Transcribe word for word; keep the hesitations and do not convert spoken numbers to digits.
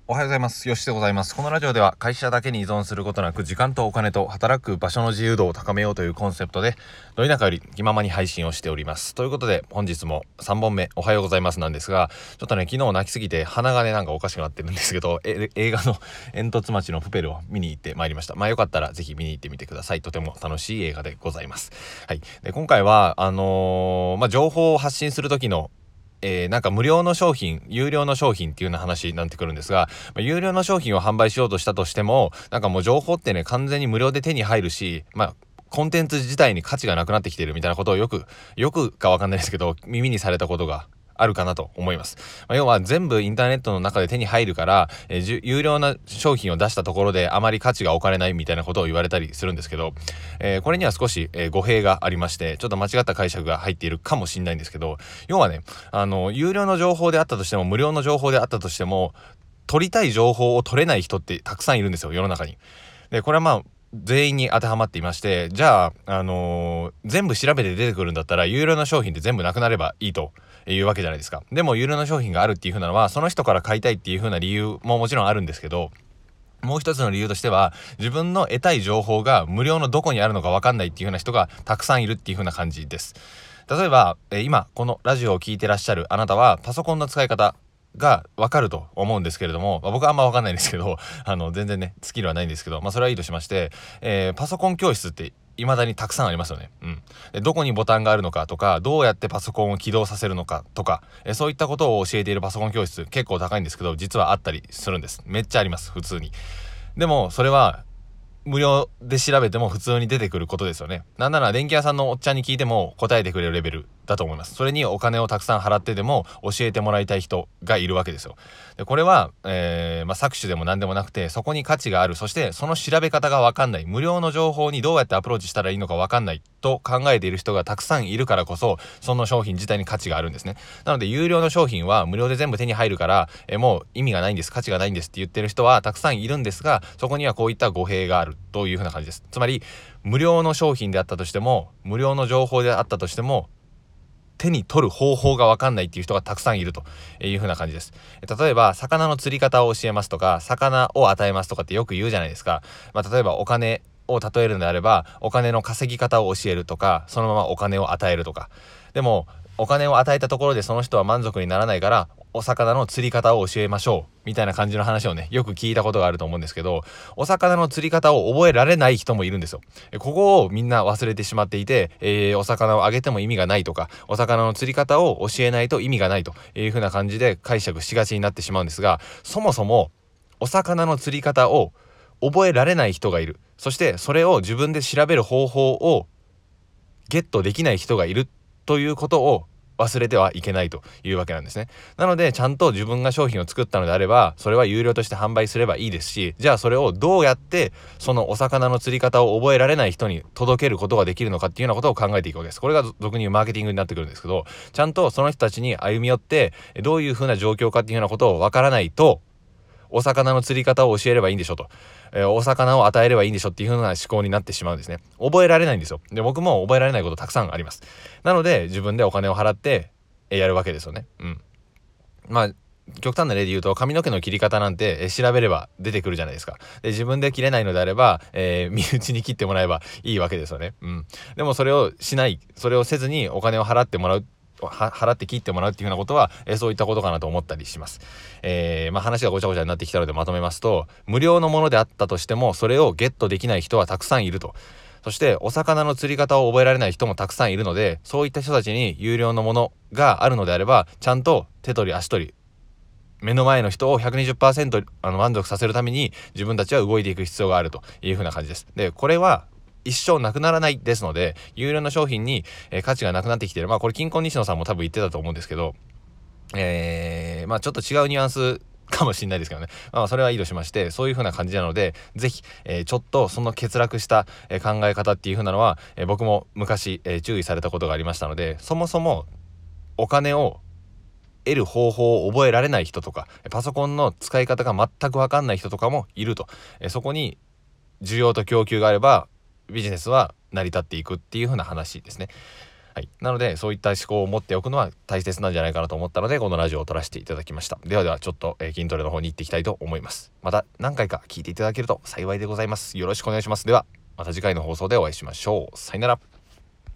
おはようございます。よしでございます。このラジオでは会社だけに依存することなく時間とお金と働く場所の自由度を高めようというコンセプトでど田舎より気ままに配信をしております。ということで本日もさんぼんめおはようございますなんですが、ちょっとね昨日泣きすぎて鼻がねなんかおかしくなってるんですけど、え映画の煙突町のプペルを見に行ってまいりました。まあよかったらぜひ見に行ってみてください。とても楽しい映画でございます。はい。で今回はあのー、まあ情報を発信する時のえー、なんか無料の商品、有料の商品っていうような話になってくるんですが、まあ、有料の商品を販売しようとしたとしても、なんかもう情報ってね、完全に無料で手に入るし、まあ、コンテンツ自体に価値がなくなってきているみたいなことをよく、よくかわかんないですけど、耳にされたことがあるかなと思います。まあ、要は全部インターネットの中で手に入るから、えー、有料な商品を出したところであまり価値が置かれないみたいなことを言われたりするんですけど、えー、これには少し、えー、語弊がありまして、ちょっと間違った解釈が入っているかもしれないんですけど、要はね、あの、有料の情報であったとしても、無料の情報であったとしても、取りたい情報を取れない人ってたくさんいるんですよ、世の中に。で、これはまあ、全員に当てはまっていまして、じゃあ、あのー、全部調べて出てくるんだったら、有料の商品って全部なくなればいいというわけじゃないですか。でも、有料の商品があるっていう風なのは、その人から買いたいっていう風な理由ももちろんあるんですけど、もう一つの理由としては、自分の得たい情報が無料のどこにあるのか分かんないっていう風な人がたくさんいるっていう風な感じです。例えば、えー、今、このラジオを聞いてらっしゃるあなたは、パソコンの使い方、がわかると思うんですけれども、まあ、僕はあんまわかんないんですけど、あの、全然ね、スキルはないんですけど、まあ、それはいいとしまして、えー、パソコン教室って未だにたくさんありますよね。うん。で、どこにボタンがあるのかとか、どうやってパソコンを起動させるのかとか、えー、そういったことを教えているパソコン教室結構高いんですけど、実はあったりするんです。めっちゃあります、普通に。でも、それは、無料で調べても普通に出てくることですよね。なんなら電気屋さんのおっちゃんに聞いても答えてくれるレベルだと思います。それにお金をたくさん払ってでも教えてもらいたい人がいるわけですよ。でこれは、えーまあ、搾取でも何でもなくて、そこに価値がある、そしてその調べ方が分かんない、無料の情報にどうやってアプローチしたらいいのか分かんないと考えている人がたくさんいるからこそ、その商品自体に価値があるんですね。なので有料の商品は無料で全部手に入るから、えー、もう意味がないんです、価値がないんですって言ってる人はたくさんいるんですが、そこにはこういった語弊があるというふうな感じです。つまり無料の商品であったとしても、無料の情報であったとしても、手に取る方法が分かんないっていう人がたくさんいるという風な感じです。例えば魚の釣り方を教えますとか、魚を与えますとかってよく言うじゃないですか。まあ、例えばお金を例えるのであれば、お金の稼ぎ方を教えるとか、そのままお金を与えるとか。でもお金を与えたところでその人は満足にならないから、お魚の釣り方を教えましょうみたいな感じの話をね、よく聞いたことがあると思うんですけど、お魚の釣り方を覚えられない人もいるんですよ。ここをみんな忘れてしまっていて、えー、お魚をあげても意味がないとか、お魚の釣り方を教えないと意味がないという風な感じで解釈しがちになってしまうんですが、そもそもお魚の釣り方を覚えられない人がいる。そしてそれを自分で調べる方法をゲットできない人がいるということを忘れてはいけないというわけなんですね。なのでちゃんと自分が商品を作ったのであれば、それは有料として販売すればいいですし、じゃあそれをどうやってそのお魚の釣り方を覚えられない人に届けることができるのかっていうようなことを考えていくわけです。これが俗に言うマーケティングになってくるんですけど、ちゃんとその人たちに歩み寄ってどういうふうな状況かっていうようなことをわからないと、お魚の釣り方を教えればいいんでしょと、えー、お魚を与えればいいんでしょっていう風な思考になってしまうんですね。覚えられないんですよ。で、僕も覚えられないことたくさんあります。なので自分でお金を払ってやるわけですよね。うん。まあ極端な例で言うと、髪の毛の切り方なんて、えー、調べれば出てくるじゃないですか。で、自分で切れないのであれば、えー、身内に切ってもらえばいいわけですよね。うん。でもそれをしない、それをせずにお金を払ってもらう、払って切ってもらうっていうようなことは、えー、そういったことかなと思ったりします。えー、まあ話がごちゃごちゃになってきたのでまとめますと、無料のものであったとしてもそれをゲットできない人はたくさんいると。そしてお魚の釣り方を覚えられない人もたくさんいるので、そういった人たちに有料のものがあるのであれば、ちゃんと手取り足取り、目の前の人を ひゃくにじゅっパーセント あの満足させるために自分たちは動いていく必要があるという風な感じです。で、これは一生なくならないですので、有料の商品に、えー、価値がなくなってきている。まあこれ金婚西野さんも多分言ってたと思うんですけど、えー、まあちょっと違うニュアンスかもしれないですけどね。まあそれはいいとしまして、そういう風な感じなので、ぜひ、えー、ちょっとその欠落した、えー、考え方っていう風なのは、えー、僕も昔、えー、注意されたことがありましたので、そもそもお金を得る方法を覚えられない人とか、パソコンの使い方が全く分かんない人とかもいると。えー、そこに需要と供給があればビジネスは成り立っていくっていう風な話ですね。 はい、なのでそういった思考を持っておくのは大切なんじゃないかなと思ったので、このラジオを撮らせていただきました。ではではちょっと、えー、筋トレの方に行っていきたいと思います。また何回か聞いていただけると幸いでございます。よろしくお願いします。ではまた次回の放送でお会いしましょう。さよなら。